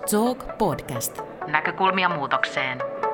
Talk Podcast. Näkökulmia muutokseen.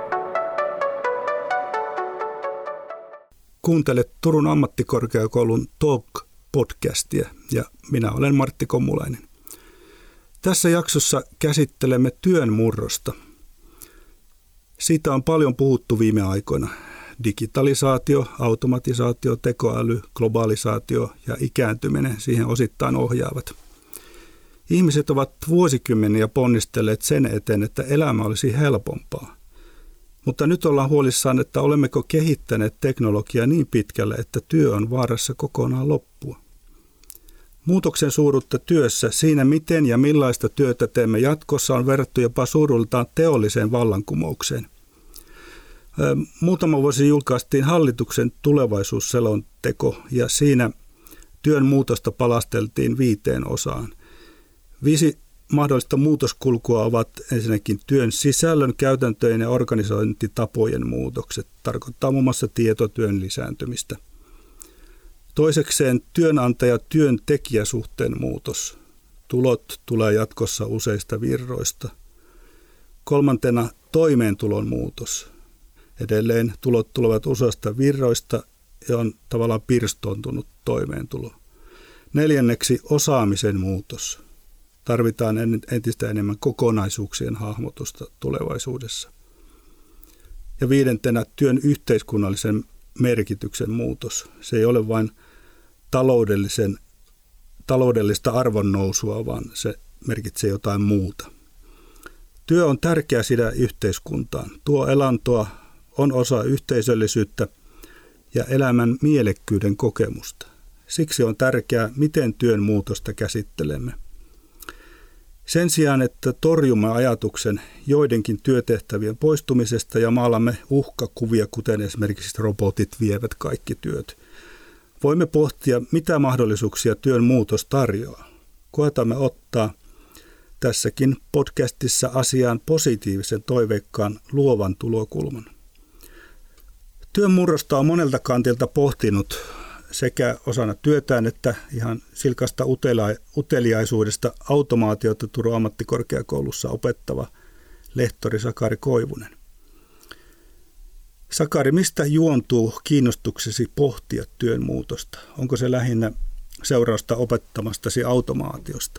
Kuuntelet Turun ammattikorkeakoulun Talk-podcastia ja minä olen Martti Kommulainen. Tässä jaksossa käsittelemme työn murrosta. Siitä on paljon puhuttu viime aikoina. Digitalisaatio, automatisaatio, tekoäly, globalisaatio ja ikääntyminen siihen osittain ohjaavat. Ihmiset ovat vuosikymmeniä ponnistelleet sen eteen, että elämä olisi helpompaa. Mutta nyt ollaan huolissaan, että olemmeko kehittäneet teknologiaa niin pitkälle, että työ on vaarassa kokonaan loppua. Muutoksen suuruutta työssä, siinä miten ja millaista työtä teemme jatkossa, on verrattu jopa suuruudeltaan teolliseen vallankumoukseen. Muutama vuosi julkaistiin hallituksen tulevaisuusselonteko ja siinä työn muutosta palasteltiin 5 osaan. 5 mahdollista muutoskulkua ovat ensinnäkin työn sisällön, käytäntöjen ja organisointitapojen muutokset. Tarkoittaa muun muassa tietotyön lisääntymistä. Toisekseen työnantaja-työntekijäsuhteen muutos. Tulot tulee jatkossa useista virroista. 3. toimeentulon muutos. Edelleen tulot tulevat useista virroista ja on tavallaan pirstoontunut toimeentulo. 4. osaamisen muutos. Tarvitaan entistä enemmän kokonaisuuksien hahmotusta tulevaisuudessa. Ja 5. työn yhteiskunnallisen merkityksen muutos. Se ei ole vain taloudellista arvonnousua, vaan se merkitsee jotain muuta. Työ on tärkeä side yhteiskuntaan. Tuo elantoa, on osa yhteisöllisyyttä ja elämän mielekkyyden kokemusta. Siksi on tärkeää, miten työn muutosta käsittelemme. Sen sijaan, että torjumme ajatuksen joidenkin työtehtävien poistumisesta ja maalamme uhkakuvia, kuten esimerkiksi robotit vievät kaikki työt, voimme pohtia, mitä mahdollisuuksia työn muutos tarjoaa. Koetamme ottaa tässäkin podcastissa asiaan positiivisen, toiveikkaan, luovan tulokulman. Työn murrosta on monelta kantilta pohtinut sekä osana työtään että ihan silkasta uteliaisuudesta automaatiota Turun ammattikorkeakoulussa opettava lehtori Sakari Koivunen. Sakari, mistä juontuu kiinnostuksesi pohtia työn muutosta? Onko se lähinnä seurausta opettamastasi automaatiosta?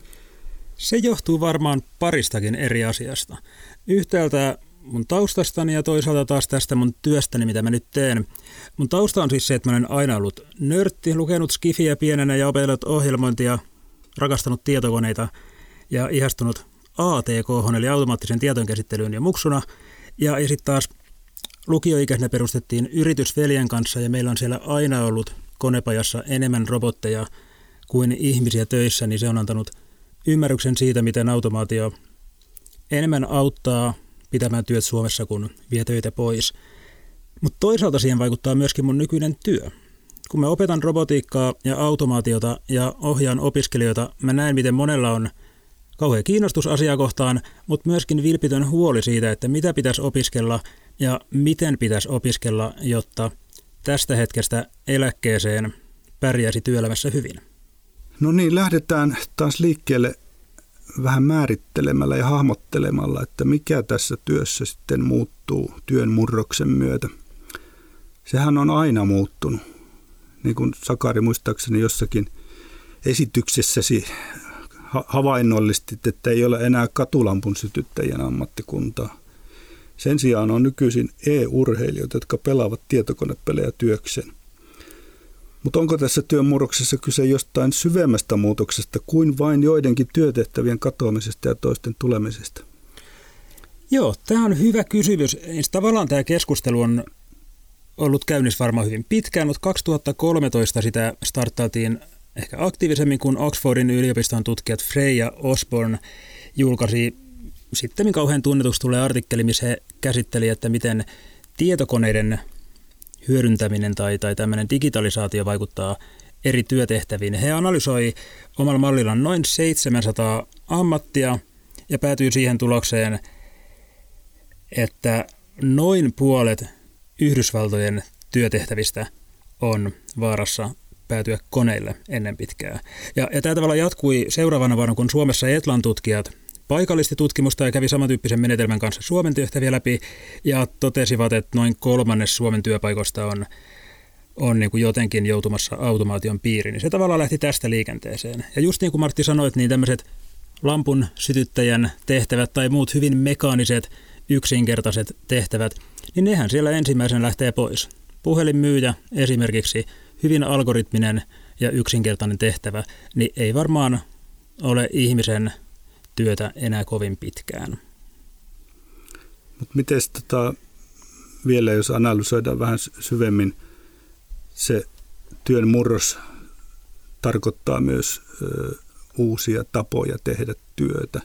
Se johtuu varmaan paristakin eri asiasta. Yhtäältä mun taustastani ja toisaalta taas tästä mun työstäni, mitä mä nyt teen. Mun tausta on siis se, että mä olen aina ollut nörtti, lukenut skifiä pienenä ja opetellut ohjelmointia, rakastanut tietokoneita ja ihastunut ATK, eli automaattisen tietojenkäsittelyyn ja muksuna. Ja sitten taas lukioikäisenä perustettiin yritys veljen kanssa ja meillä on siellä aina ollut konepajassa enemmän robotteja kuin ihmisiä töissä, niin se on antanut ymmärryksen siitä, miten automaatio enemmän auttaa pitämään työt Suomessa, kun vie töitä pois. Mutta toisaalta siihen vaikuttaa myöskin mun nykyinen työ. Kun mä opetan robotiikkaa ja automaatiota ja ohjaan opiskelijoita, mä näen, miten monella on kauhea kiinnostus asiaa kohtaan, mutta myöskin vilpitön huoli siitä, että mitä pitäisi opiskella ja miten pitäisi opiskella, jotta tästä hetkestä eläkkeeseen pärjäisi työelämässä hyvin. No niin, lähdetään taas liikkeelle vähän määrittelemällä ja hahmottelemalla, että mikä tässä työssä sitten muuttuu työn murroksen myötä. Sehän on aina muuttunut. Niin kuin Sakari muistaakseni jossakin esityksessäsi havainnollistit, että ei ole enää katulampun sytyttäjien ammattikuntaa. Sen sijaan on nykyisin e-urheilijoita, jotka pelaavat tietokonepelejä työkseen. Mutta onko tässä työn murroksessa kyse jostain syvemmästä muutoksesta kuin vain joidenkin työtehtävien katoamisesta ja toisten tulemisesta? Joo, tämä on hyvä kysymys. Tavallaan tämä keskustelu on ollut käynnissä varmaan hyvin pitkään, mutta 2013 sitä starttailtiin ehkä aktiivisemmin, kun Oxfordin yliopiston tutkijat Frey ja Osborne julkaisi sitten kauhean tunnetuksi tulee artikkeli, missä he käsitteli, että miten tietokoneiden hyödyntäminen tai tämmöinen digitalisaatio vaikuttaa eri työtehtäviin. He analysoi omalla mallillaan noin 700 ammattia ja päätyi siihen tulokseen, että noin puolet Yhdysvaltojen työtehtävistä on vaarassa päätyä koneille ennen pitkää. Ja tämä tavalla jatkui seuraavana vuonna, kun Suomessa Etlan tutkijat paikallisti tutkimusta ja kävi samantyyppisen menetelmän kanssa Suomen tehtäviä läpi ja totesivat, että noin 1/3 Suomen työpaikoista on niin kuin jotenkin joutumassa automaation piiriin. Niin se tavallaan lähti tästä liikenteeseen. Ja just niin kuin Martti sanoit, niin tämmöiset lampun sytyttäjän tehtävät tai muut hyvin mekaaniset, yksinkertaiset tehtävät, niin nehän siellä ensimmäisenä lähtee pois. Puhelinmyyjä esimerkiksi, hyvin algoritminen ja yksinkertainen tehtävä, niin ei varmaan ole ihmisen työtä enää kovin pitkään. Mutta miten vielä, jos analysoidaan vähän syvemmin, se työn murros tarkoittaa myös uusia tapoja tehdä työtä.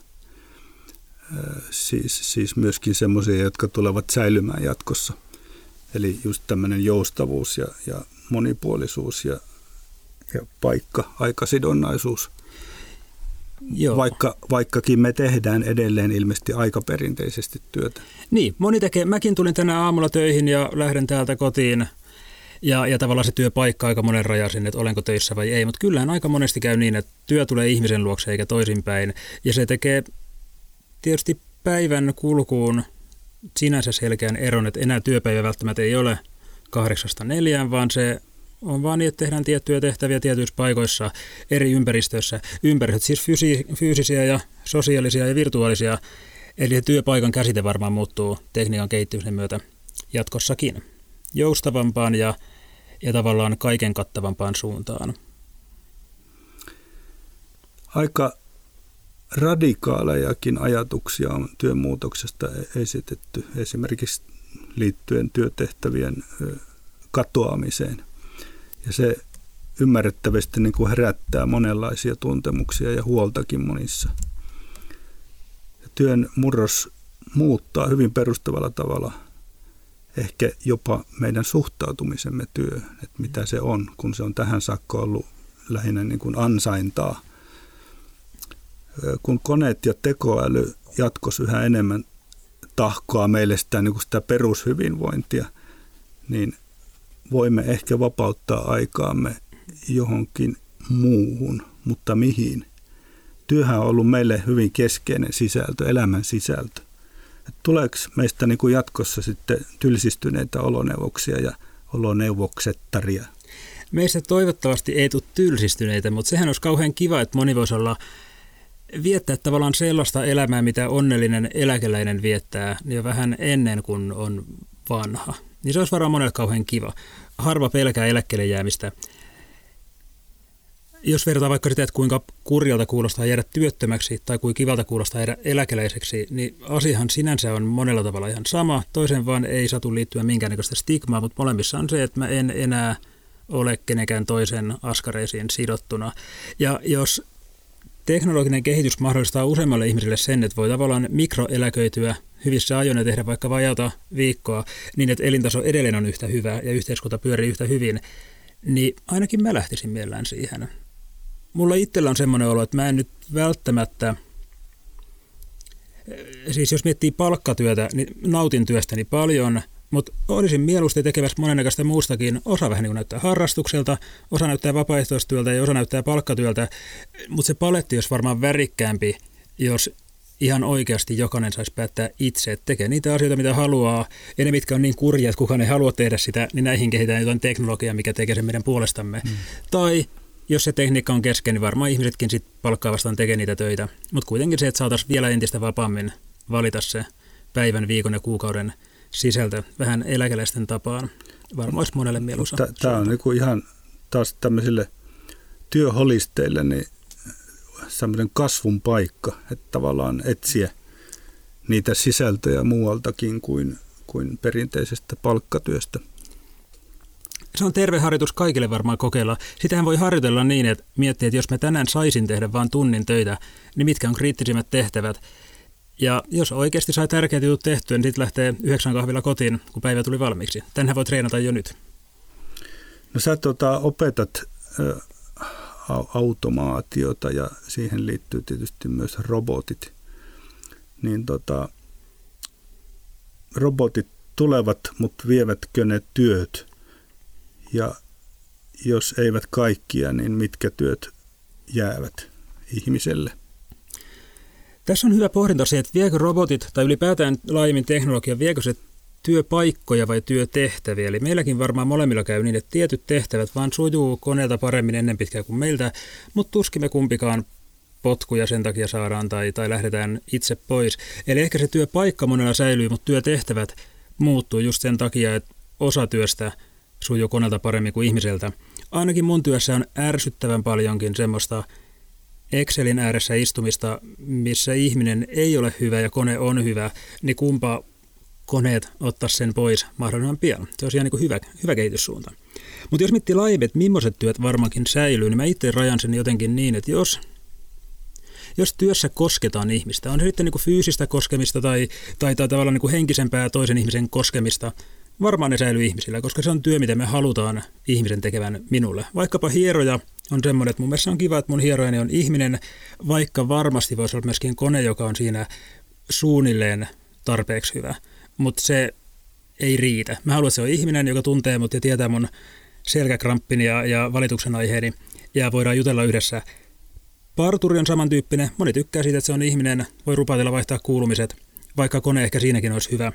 Siis myöskin semmoisia, jotka tulevat säilymään jatkossa. Eli just tämmöinen joustavuus ja monipuolisuus ja aikasidonnaisuus. Joo. Vaikkakin me tehdään edelleen ilmeisesti aikaperinteisesti työtä. Niin, moni tekee. Mäkin tulin tänään aamulla töihin ja lähden täältä kotiin. Ja tavallaan se työpaikka aika monen rajasin, että olenko töissä vai ei. Mutta kyllähän aika monesti käy niin, että työ tulee ihmisen luokse eikä toisinpäin. Ja se tekee tietysti päivän kulkuun sinänsä selkeän eron, että enää työpäivä välttämättä ei ole 8–4, vaan se on vaan niin, että tehdään tiettyjä tehtäviä tietyissä paikoissa eri ympäristöissä. Ympäristöt siis fyysisiä ja sosiaalisia ja virtuaalisia. Eli työpaikan käsite varmaan muuttuu tekniikan kehittymisen myötä jatkossakin joustavampaan ja tavallaan kaiken kattavampaan suuntaan. Aika radikaalejakin ajatuksia on työn muutoksesta esitetty, esimerkiksi liittyen työtehtävien katoamiseen. Ja se ymmärrettävästi niin kuin herättää monenlaisia tuntemuksia ja huoltakin monissa. Ja työn murros muuttaa hyvin perustavalla tavalla ehkä jopa meidän suhtautumisemme työhön, että mitä se on, kun se on tähän saakka ollut lähinnä niin kuin ansaintaa. Kun koneet ja tekoäly jatkossa yhä enemmän tahkoaa meille sitä perushyvinvointia, niin voimme ehkä vapauttaa aikaamme johonkin muuhun, mutta mihin? Työhän on ollut meille hyvin keskeinen sisältö, elämän sisältö. Tuleeko meistä niin kuin jatkossa sitten tylsistyneitä oloneuvoksia ja oloneuvoksettaria? Meistä toivottavasti ei tule tylsistyneitä, mutta sehän olisi kauhean kiva, että moni voisi viettää tavallaan sellaista elämää, mitä onnellinen eläkeläinen viettää jo vähän ennen kuin on vanha. Niin se olisi varmaan monelle kauhean kiva. Harva pelkää eläkkeelle jäämistä. Jos verrataan vaikka sitä, että kuinka kurjalta kuulostaa jäädä työttömäksi tai kuinka kivalta kuulostaa jäädä eläkeläiseksi, niin asiahan sinänsä on monella tavalla ihan sama. Toisen vaan ei satu liittyä minkäännäköistä stigmaa, mutta molemmissa on se, että mä en enää ole kenenkään toisen askareisiin sidottuna. Ja jos teknologinen kehitys mahdollistaa useammalle ihmiselle sen, että voi tavallaan mikroeläköityä hyvissä ajoin ja tehdä vaikka vajata viikkoa niin, että elintaso edelleen on yhtä hyvä ja yhteiskunta pyörii yhtä hyvin, niin ainakin mä lähtisin mielellään siihen. Mulla itsellä on semmoinen olo, että mä en nyt välttämättä, siis jos miettii palkkatyötä, niin nautin työstäni paljon, mutta olisin mieluusti tekevässä monennäköistä muustakin. Osa vähän niin kuin näyttää harrastukselta, osa näyttää vapaaehtoistyöltä ja osa näyttää palkkatyöltä, mutta se paletti olisi varmaan värikkäämpi, jos ihan oikeasti jokainen saisi päättää itse, että tekee niitä asioita, mitä haluaa, ja ne, mitkä on niin kurjia, että kukaan ei halua tehdä sitä, niin näihin kehitetään jotain teknologiaa, mikä tekee sen meidän puolestamme. Tai jos se tekniikka on kesken, niin varmaan ihmisetkin sitten palkkaa vastaan tekee niitä töitä. Mutta kuitenkin se, että saataisiin vielä entistä vapaammin valita se päivän, viikon ja kuukauden sisältö vähän eläkeläisten tapaan. Varmaan olisi monelle mieluisa. Tämä on niin ihan taas tämmöisille työholisteille niin semmoinen kasvun paikka, että tavallaan etsiä niitä sisältöjä muualtakin kuin perinteisestä palkkatyöstä. Se on terve harjoitus kaikille varmaan kokeilla. Sitähän voi harjoitella niin, että miettii, että jos mä tänään saisin tehdä vain tunnin töitä, niin mitkä on kriittisimmät tehtävät. Ja jos oikeasti sai tärkeät jutut tehtyä, niin sitten lähtee 9 kahvilla kotiin, kun päivä tuli valmiiksi. Tänhän voi treenata jo nyt. No sä opetat automaatiota ja siihen liittyy tietysti myös robotit. Niin robotit tulevat, mutta vievätkö ne työt? Ja jos eivät kaikkia, niin mitkä työt jäävät ihmiselle? Tässä on hyvä pohdinta se, että viekö robotit tai ylipäätään laajemmin teknologia, viekö se työpaikkoja vai työtehtäviä. Eli meilläkin varmaan molemmilla käy niin, että tietyt tehtävät vaan sujuu koneelta paremmin ennen pitkään kuin meiltä, mutta tuskin me kumpikaan potkuja sen takia saadaan tai lähdetään itse pois. Eli ehkä se työpaikka monella säilyy, mutta työtehtävät muuttuu just sen takia, että osa työstä sujuu koneelta paremmin kuin ihmiseltä. Ainakin mun työssä on ärsyttävän paljonkin semmoista Excelin ääressä istumista, missä ihminen ei ole hyvä ja kone on hyvä, niin kumpa koneet ottaa sen pois mahdollisimman pian. Se olisi ihan niin kuin hyvä kehityssuunta. Mutta jos miettii laajemmin, että millaiset työt varmaankin säilyy, niin mä itse rajan sen jotenkin niin, että jos työssä kosketaan ihmistä, on se sitten niin kuin fyysistä koskemista tai tavallaan niin kuin henkisempää toisen ihmisen koskemista, varmaan ne säilyy ihmisillä, koska se on työ, mitä me halutaan ihmisen tekevän minulle. Vaikkapa hieroja on semmoinen, että mun mielestä on kiva, että mun hierojani on ihminen, vaikka varmasti voisi olla myöskin kone, joka on siinä suunnilleen tarpeeksi hyvä, mutta se ei riitä. Mä haluan, että se on ihminen, joka tuntee mut ja tietää mun selkäkramppini ja valituksen aiheeni ja voidaan jutella yhdessä. Parturi on samantyyppinen. Moni tykkää siitä, että se on ihminen, voi rupatella vaihtaa kuulumiset, vaikka kone ehkä siinäkin olisi hyvä.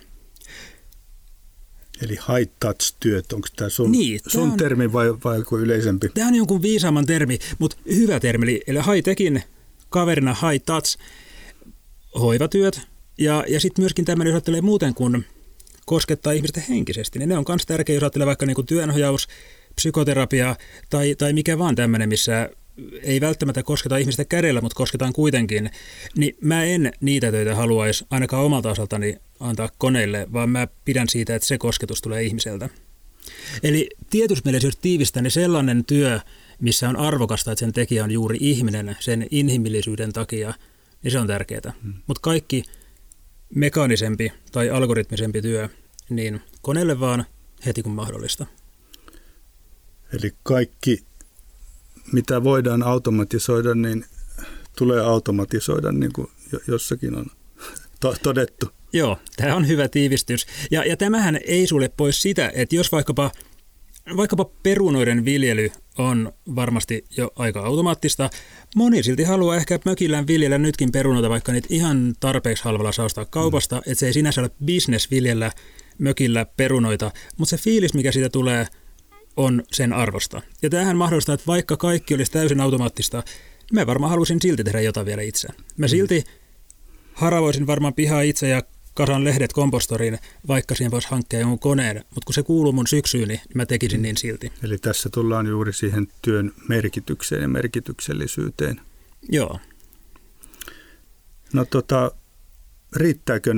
Eli high touch-työt, onko tämä sun termi vai joku yleisempi? Tämä on jonkun viisaamman termi, mutta hyvä termi. Eli high-techin kaverina high touch, hoivatyöt ja sitten myöskin tämmöinen, jos ajattelee muuten kuin koskettaa ihmistä henkisesti, niin ne on myös tärkeä, jos ajattelee vaikka niinku työnohjaus, psykoterapia tai mikä vaan tämmöinen, missä ei välttämättä kosketa ihmistä kädellä, mutta kosketaan kuitenkin, niin mä en niitä töitä haluaisi ainakaan omalta osaltani antaa koneille, vaan mä pidän siitä, että se kosketus tulee ihmiseltä. Eli tietysti mielessä, jos tiivistää, niin sellainen työ, missä on arvokasta, että sen tekijä on juuri ihminen sen inhimillisyyden takia, niin se on tärkeää. Mutta kaikki mekaanisempi tai algoritmisempi työ, niin koneelle vaan heti kun mahdollista. Eli kaikki, mitä voidaan automatisoida, niin tulee automatisoida, niin kuin jossakin on todettu. Joo, tämä on hyvä tiivistys. Ja tämähän ei sulje pois sitä, että jos vaikkapa perunoiden viljely on varmasti jo aika automaattista, moni silti haluaa ehkä mökillään viljellä nytkin perunoita, vaikka niitä ihan tarpeeksi halvalla saa ostaa kaupasta, että se ei sinänsä ole business viljellä mökillä perunoita, mutta se fiilis, mikä siitä tulee, on sen arvosta. Ja tämähän mahdollistaa, että vaikka kaikki olisi täysin automaattista, mä varmaan haluaisin silti tehdä jotain vielä itse. Mä silti haravoisin varmaan pihaa itse ja kasan lehdet kompostoriin, vaikka siihen voisi hankkia jonkun koneen, mutta kun se kuuluu mun syksyyni, niin mä tekisin niin silti. Eli tässä tullaan juuri siihen työn merkitykseen ja merkityksellisyyteen. Joo. No riittääkö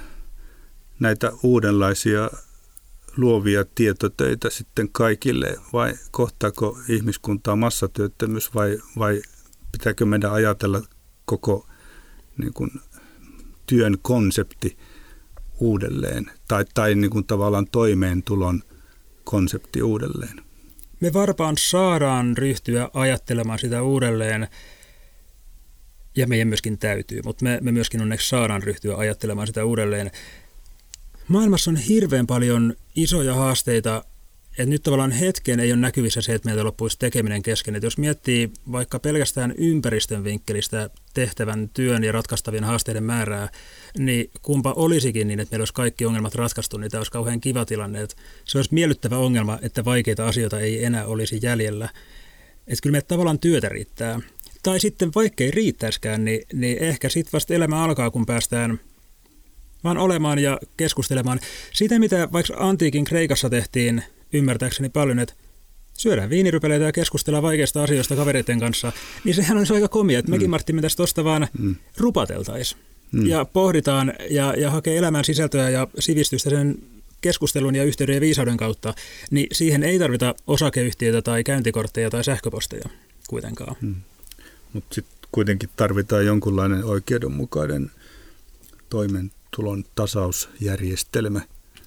näitä uudenlaisia luovia tietotöitä sitten kaikille vai kohtaako ihmiskuntaa massatyöttömyys vai pitääkö meidän ajatella koko niin kuin, työn konsepti uudelleen tai niin kuin tavallaan toimeentulon konsepti uudelleen? Me varmaan saadaan ryhtyä ajattelemaan sitä uudelleen ja meidän myöskin täytyy, mutta me myöskin onneksi saadaan ryhtyä ajattelemaan sitä uudelleen. Maailmassa on hirveän paljon isoja haasteita, että nyt tavallaan hetken ei ole näkyvissä se, että meiltä loppuisi tekeminen kesken. Että jos miettii vaikka pelkästään ympäristön vinkkelistä tehtävän työn ja ratkaistavien haasteiden määrää, niin kumpa olisikin niin, että meillä olisi kaikki ongelmat ratkaistu, niin tämä olisi kauhean kiva tilanne. Että se olisi miellyttävä ongelma, että vaikeita asioita ei enää olisi jäljellä. Että kyllä meillä tavallaan työtä riittää. Tai sitten vaikka ei riittäisikään, niin ehkä sitten vasta elämä alkaa, kun päästään vaan olemaan ja keskustelemaan. Sitä, mitä vaikka antiikin Kreikassa tehtiin ymmärtääkseni paljon, että syödään viinirypeleitä ja keskustellaan vaikeista asioista kavereiden kanssa, niin sehän olisi aika komia, että mekin Martti me tuosta vaan rupateltaisiin ja pohditaan ja hakee elämän sisältöä ja sivistystä sen keskustelun ja yhteyden ja viisauden kautta, niin siihen ei tarvita osakeyhtiöitä tai käyntikortteja tai sähköposteja kuitenkaan. Mutta sitten kuitenkin tarvitaan jonkunlainen oikeudenmukainen toimeentulon tasausjärjestelmä,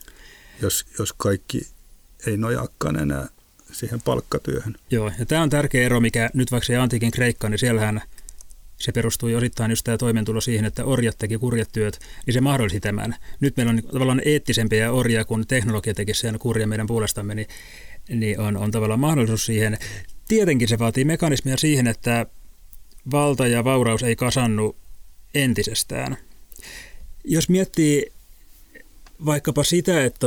jos kaikki ei nojaakaan enää siihen palkkatyöhön. Joo, ja tämä on tärkeä ero, mikä nyt vaikka se antiikin Kreikka, niin siellähän se perustui osittain just tämä toimeentulo siihen, että orjat teki kurjat työt, niin se mahdollisti tämän. Nyt meillä on tavallaan eettisempiä orjia, kun teknologia teki sen kurja meidän puolestamme, niin on tavallaan mahdollisuus siihen. Tietenkin se vaatii mekanismia siihen, että valta ja vauraus ei kasannu entisestään. Jos miettii vaikkapa sitä, että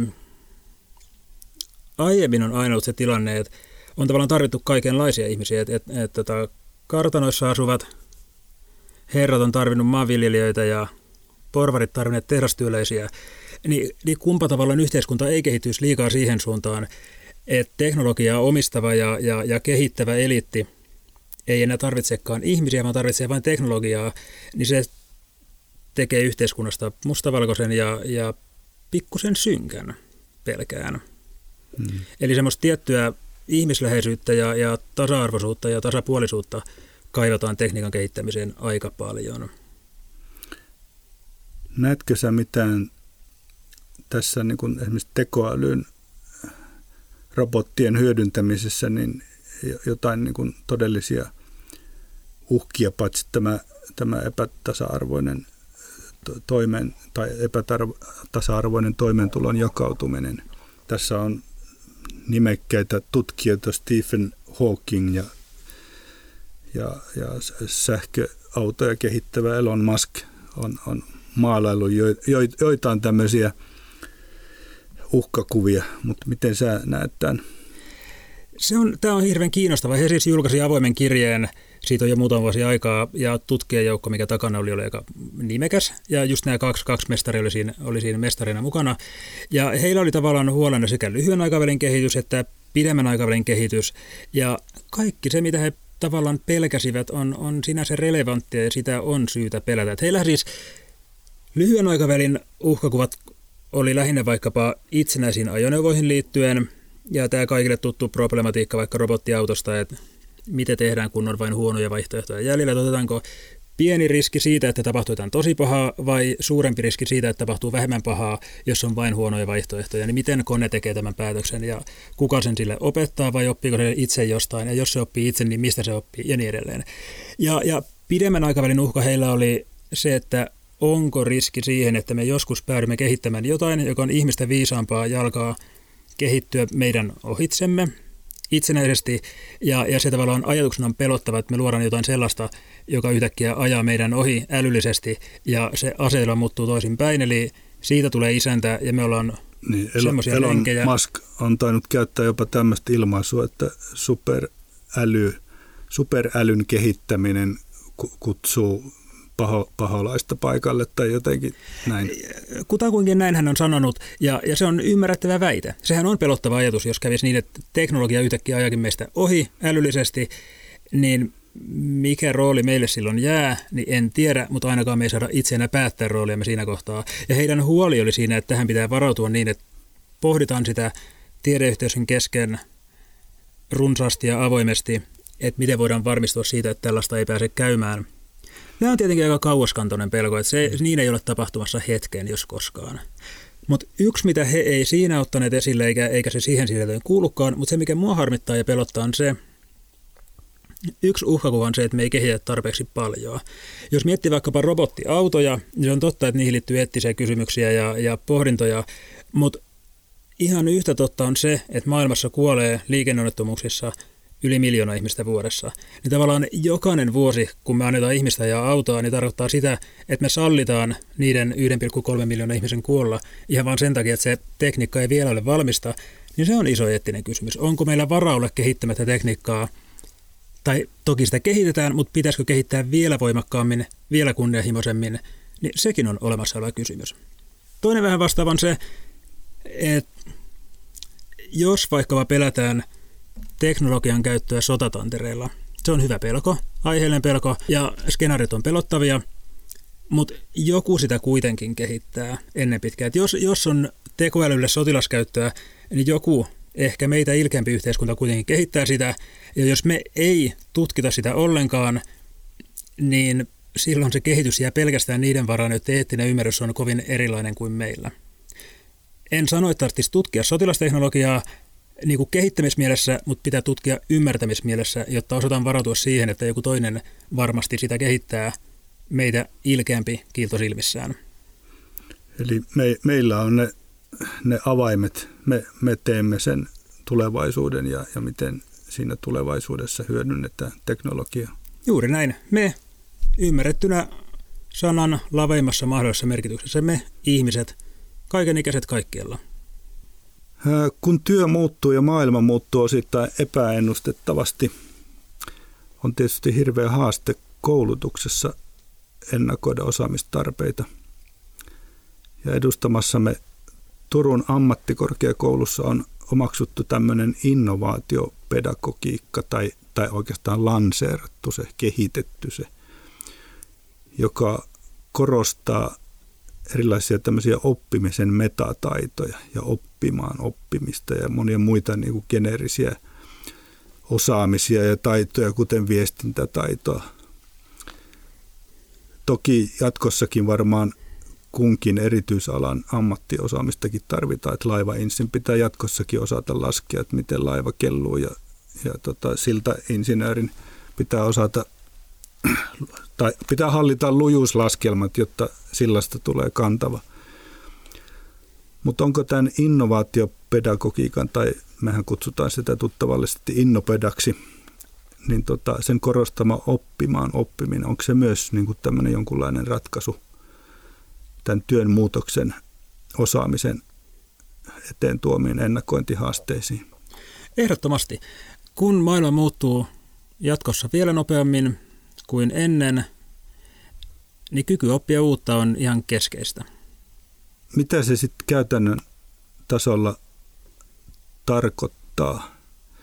aiemmin on aina ollut se tilanne, että on tavallaan tarvittu kaikenlaisia ihmisiä, että kartanoissa asuvat herrat on tarvinnut maanviljelijöitä ja porvarit tarvinneet tehdastyöläisiä, niin kumpa tavallaan yhteiskunta ei kehittyisi liikaa siihen suuntaan, että teknologiaa omistava ja kehittävä eliitti ei enää tarvitsekaan ihmisiä, vaan tarvitsee vain teknologiaa, niin se tekee yhteiskunnasta mustavalkoisen ja pikkusen synkän pelkään. Eli semmoista tiettyä ihmisläheisyyttä ja tasa-arvoisuutta ja tasapuolisuutta kaivataan tekniikan kehittämiseen aika paljon. Näetkö sä mitään tässä niin kuin esimerkiksi tekoälyn robottien hyödyntämisessä niin jotain niin kuin todellisia uhkia, paitsi tämä epätasa-arvoinen epätasa-arvoinen toimeentulon jakautuminen. Tässä on nimekkäitä tutkijoita, Stephen Hawking ja sähköautoja kehittävä Elon Musk on maalaillut joitain tämmöisiä uhkakuvia, mutta miten sä näet tämän? Tämä on hirveän kiinnostava. He siis julkaisi avoimen kirjeen, siitä on jo muutama vuosi aikaa, ja tutkijajoukko, mikä takana oli aika nimekäs, ja just nämä kaksi mestaria oli siinä mestarina mukana, ja heillä oli tavallaan huolena sekä lyhyen aikavälin kehitys että pidemmän aikavälin kehitys, ja kaikki se, mitä he tavallaan pelkäsivät, on sinänsä relevanttia, ja sitä on syytä pelätä. Että heillä siis lyhyen aikavälin uhkakuvat oli lähinnä vaikkapa itsenäisiin ajoneuvoihin liittyen, ja tämä kaikille tuttu problematiikka vaikka robottiautosta, että mitä tehdään, kun on vain huonoja vaihtoehtoja jäljellä, että otetaanko pieni riski siitä, että tapahtuu jotain tosi pahaa, vai suurempi riski siitä, että tapahtuu vähemmän pahaa, jos on vain huonoja vaihtoehtoja, niin miten kone tekee tämän päätöksen, ja kuka sen sille opettaa, vai oppiiko se itse jostain, ja jos se oppii itse, niin mistä se oppii, ja niin edelleen. Ja pidemmän aikavälin uhka heillä oli se, että onko riski siihen, että me joskus päädymme kehittämään jotain, joka on ihmistä viisaampaa ja alkaa kehittyä meidän ohitsemme itsenäisesti, ja se tavallaan ajatuksena on pelottava, että me luodaan jotain sellaista, joka yhtäkkiä ajaa meidän ohi älyllisesti, ja se asetelma muuttuu toisinpäin, eli siitä tulee isäntä, ja me ollaan semmoisia lenkejä. Elon Musk on tainnut käyttää jopa tämmöistä ilmaisua, että superälyn kehittäminen kutsuu paholaista paikalle tai jotenkin näin. Kutakuinkin näin hän on sanonut, ja se on ymmärrettävä väite. Sehän on pelottava ajatus, jos kävisi niin, että teknologia yhtäkkiä ajakin meistä ohi älyllisesti, niin mikä rooli meille silloin jää, niin en tiedä, mutta ainakaan me ei saada itse päättää rooliamme siinä kohtaa. Ja heidän huoli oli siinä, että tähän pitää varautua niin, että pohditaan sitä tiedeyhteisön kesken runsaasti ja avoimesti, että miten voidaan varmistua siitä, että tällaista ei pääse käymään. Tämä on tietenkin aika kauaskantoinen pelko, että niin ei ole tapahtumassa hetkeen, jos koskaan. Mutta yksi, mitä he ei siinä ottaneet esille, eikä se siihen sisältöön kuulukaan, mutta se, mikä mua harmittaa ja pelottaa, on se, yksi uhkakuva on se, että me ei kehitetä tarpeeksi paljon. Jos miettii vaikkapa robottiautoja, niin se on totta, että niihin liittyy eettisiä kysymyksiä ja pohdintoja, mutta ihan yhtä totta on se, että maailmassa kuolee liikenneonnettomuuksissa yli 1 miljoona ihmistä vuodessa. Niin tavallaan jokainen vuosi, kun me annetaan ihmistä ja autoa, niin tarkoittaa sitä, että me sallitaan niiden 1,3 miljoonaa ihmisen kuolla ihan vaan sen takia, että se tekniikka ei vielä ole valmista, niin se on iso eettinen kysymys. Onko meillä varaa olla kehittämättä tekniikkaa, tai toki sitä kehitetään, mutta pitäisikö kehittää vielä voimakkaammin, vielä kunnianhimoisemmin, niin sekin on olemassa oleva kysymys. Toinen vähän vastaava on se, että jos vaikka pelätään teknologian käyttöä sotatantereilla. Se on hyvä pelko, aiheellinen pelko, ja skenaariot on pelottavia, mutta joku sitä kuitenkin kehittää ennen pitkään. Jos on tekoälylle sotilaskäyttöä, niin joku, ehkä meitä ilkeämpi yhteiskunta kuitenkin kehittää sitä, ja jos me ei tutkita sitä ollenkaan, niin silloin se kehitys jää pelkästään niiden varaan, että eettinen ymmärrys on kovin erilainen kuin meillä. En sano, että tarvitsisi tutkia sotilasteknologiaa, niin kuin kehittämismielessä, mutta pitää tutkia ymmärtämismielessä, jotta osataan varautua siihen, että joku toinen varmasti sitä kehittää meitä ilkeämpi kiiltosilmissään. Eli meillä on ne avaimet, me teemme sen tulevaisuuden ja miten siinä tulevaisuudessa hyödynnetään teknologiaa. Juuri näin. Me ymmärrettynä sanan laveimmassa mahdollisessa merkityksessä me ihmiset, kaikenikäiset kaikkialla. Kun työ muuttuu ja maailma muuttuu osittain epäennustettavasti, on tietysti hirveä haaste koulutuksessa ennakoida osaamistarpeita. Ja edustamassamme Turun ammattikorkeakoulussa on omaksuttu tämmöinen innovaatiopedagogiikka tai oikeastaan lanseerattu se, kehitetty se, joka korostaa erilaisia tämmöisiä oppimisen metataitoja ja oppimaan oppimista ja monia muita niin kuin geneerisiä osaamisia ja taitoja, kuten viestintätaitoa. Toki jatkossakin varmaan kunkin erityisalan ammattiosaamistakin tarvitaan, että laivainsin pitää jatkossakin osata laskea, että miten laiva kelluu ja siltainsinöörin pitää osata tai pitää hallita lujuuslaskelmat, jotta sillasta tulee kantava. Mutta onko tämän innovaatiopedagogiikan, tai mehän kutsutaan sitä tuttavallisesti innopedaksi, niin sen korostama oppimaan oppiminen, onko se myös niin kuin tämmöinen jonkunlainen ratkaisu tämän työn muutoksen osaamisen eteen tuomiin ennakointihaasteisiin? Ehdottomasti. Kun maailma muuttuu jatkossa vielä nopeammin kuin ennen, niin kyky oppia uutta on ihan keskeistä. Mitä se sitten käytännön tasolla tarkoittaa?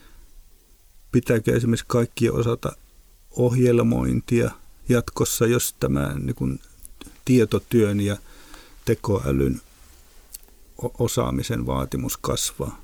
Pitääkö esimerkiksi kaikki osata ohjelmointia jatkossa, jos tämä niin kuin tietotyön ja tekoälyn osaamisen vaatimus kasvaa?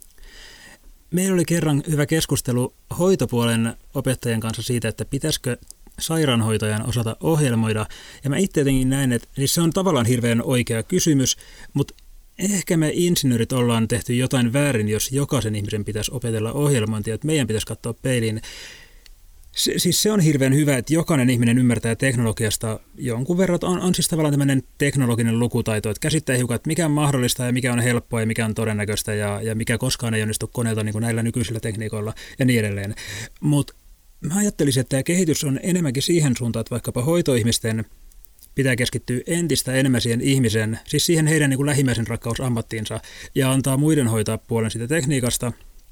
Meillä oli kerran hyvä keskustelu hoitopuolen opettajien kanssa siitä, että pitäisikö sairaanhoitajan osata ohjelmoida. Ja mä itse jotenkin näin, että siis se on tavallaan hirveän oikea kysymys, mutta ehkä me insinöörit ollaan tehty jotain väärin, jos jokaisen ihmisen pitäisi opetella ohjelmointia, että meidän pitäisi katsoa peiliin. Siis se on hirveän hyvä, että jokainen ihminen ymmärtää teknologiasta jonkun verran. On siis tavallaan tämmöinen teknologinen lukutaito, että käsittää hiukan, että mikä on mahdollista ja mikä on helppoa ja mikä on todennäköistä ja mikä koskaan ei onnistu koneelta niin kuin näillä nykyisillä tekniikoilla ja niin edelleen. Mutta mä ajattelisin, että tämä kehitys on enemmänkin siihen suuntaan, että vaikkapa hoitoihmisten pitää keskittyä entistä enemmän siihen ihmisen, siis siihen heidän niin kuin lähimmäisen rakkausammattiinsa ja antaa muiden hoitaa puolen siitä tekniikasta.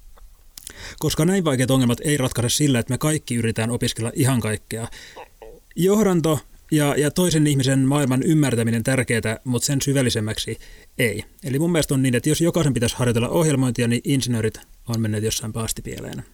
Koska näin vaikeat ongelmat ei ratkaise sillä, että me kaikki yritetään opiskella ihan kaikkea. Johdanto ja toisen ihmisen maailman ymmärtäminen tärkeää, mutta sen syvällisemmäksi ei. Eli mun mielestä on niin, että jos jokaisen pitäisi harjoitella ohjelmointia, niin insinöörit on menneet jossain pahasti pieleen.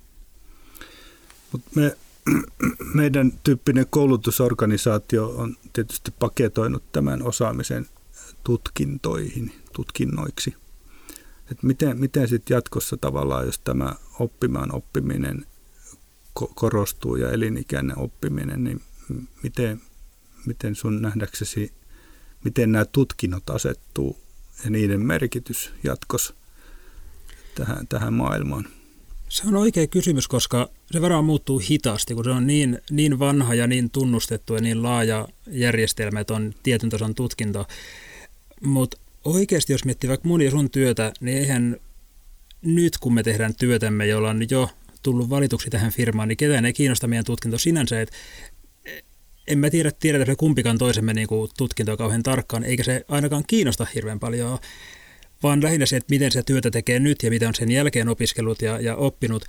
Meidän tyyppinen koulutusorganisaatio on tietysti paketoinut tämän osaamisen tutkinnoiksi. Et miten sitten jatkossa tavallaan, jos tämä oppimaan oppiminen korostuu ja elinikäinen oppiminen, niin miten sun nähdäksesi, miten nämä tutkinnot asettuu ja niiden merkitys jatkossa tähän maailmaan? Se on oikea kysymys, koska se varmaan muuttuu hitaasti, kun se on niin vanha ja niin tunnustettu ja niin laaja järjestelmä, että on tietyn tason tutkinto. Mutta oikeasti, jos miettii vaikka mun ja sun työtä, niin eihän nyt, kun me tehdään työtämme, jolla on jo tullut valituksi tähän firmaan, niin ketään ei kiinnosta meidän tutkinto sinänsä. Et en mä tiedä kumpikaan toisemme niin kuin tutkintoa kauhean tarkkaan, eikä se ainakaan kiinnosta hirveän paljon, vaan lähinnä se, että miten se työtä tekee nyt ja mitä on sen jälkeen opiskellut ja oppinut.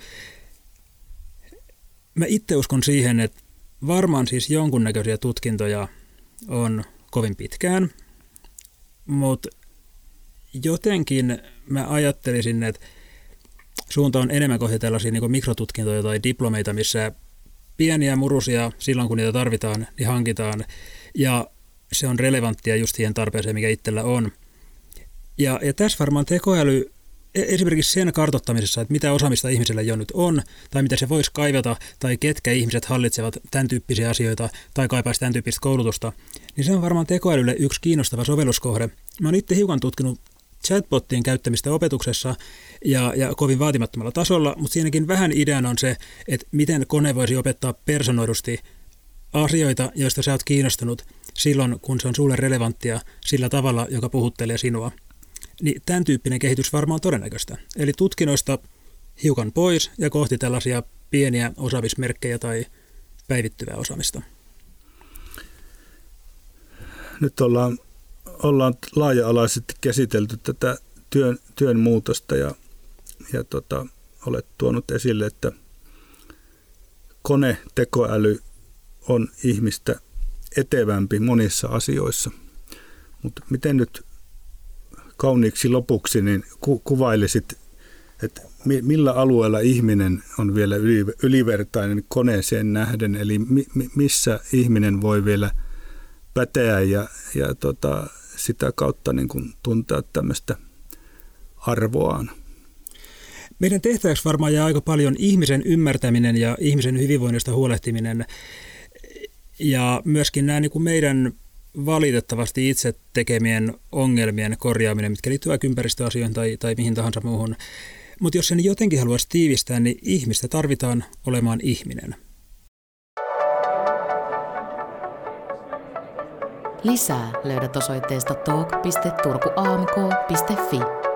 Mä itse uskon siihen, että varmaan siis jonkunnäköisiä tutkintoja on kovin pitkään, mutta jotenkin mä ajattelisin, että suunta on enemmän kohti tällaisia niin kuin mikrotutkintoja tai diplomeita, missä pieniä murusia silloin, kun niitä tarvitaan, niin hankitaan. Ja se on relevanttia just siihen tarpeeseen, mikä itsellä on. Ja tässä varmaan tekoäly, esimerkiksi sen kartoittamisessa, että mitä osaamista ihmisellä jo nyt on, tai mitä se voisi kaivata, tai ketkä ihmiset hallitsevat tämän tyyppisiä asioita, tai kaipaisi tämän tyyppistä koulutusta, niin se on varmaan tekoälylle yksi kiinnostava sovelluskohde. Mä oon itse hiukan tutkinut chatbottien käyttämistä opetuksessa ja kovin vaatimattomalla tasolla, mutta siinäkin vähän ideana on se, että miten kone voisi opettaa personoidusti asioita, joista sä oot kiinnostunut silloin, kun se on sulle relevanttia sillä tavalla, joka puhuttelee sinua. Niin tämän tyyppinen kehitys varmaan on todennäköistä. Eli tutkinnoista hiukan pois ja kohti tällaisia pieniä osaamismerkkejä tai päivittyvää osaamista. nyt ollaan laaja-alaisesti käsitelty tätä työn muutosta ja olet tuonut esille, että tekoäly on ihmistä etevämpi monissa asioissa. Mutta miten nyt kauniiksi lopuksi niin kuvailisit, että millä alueella ihminen on vielä ylivertainen koneeseen nähden, eli missä ihminen voi vielä päteä ja sitä kautta niin kuin tuntea tämmöistä arvoaan? Meidän tehtäväksi varmaan jää aika paljon ihmisen ymmärtäminen ja ihmisen hyvinvoinnista huolehtiminen ja myöskin nämä niin kuin meidän valitettavasti itse tekemien ongelmien korjaaminen, mitkä liittyvät vaikka ympäristöasioihin tai mihin tahansa muuhun. Mutta jos sen jotenkin haluaisi tiivistää, niin ihmistä tarvitaan olemaan ihminen. Lisää löydät osoitteesta talk.turkuamk.fi.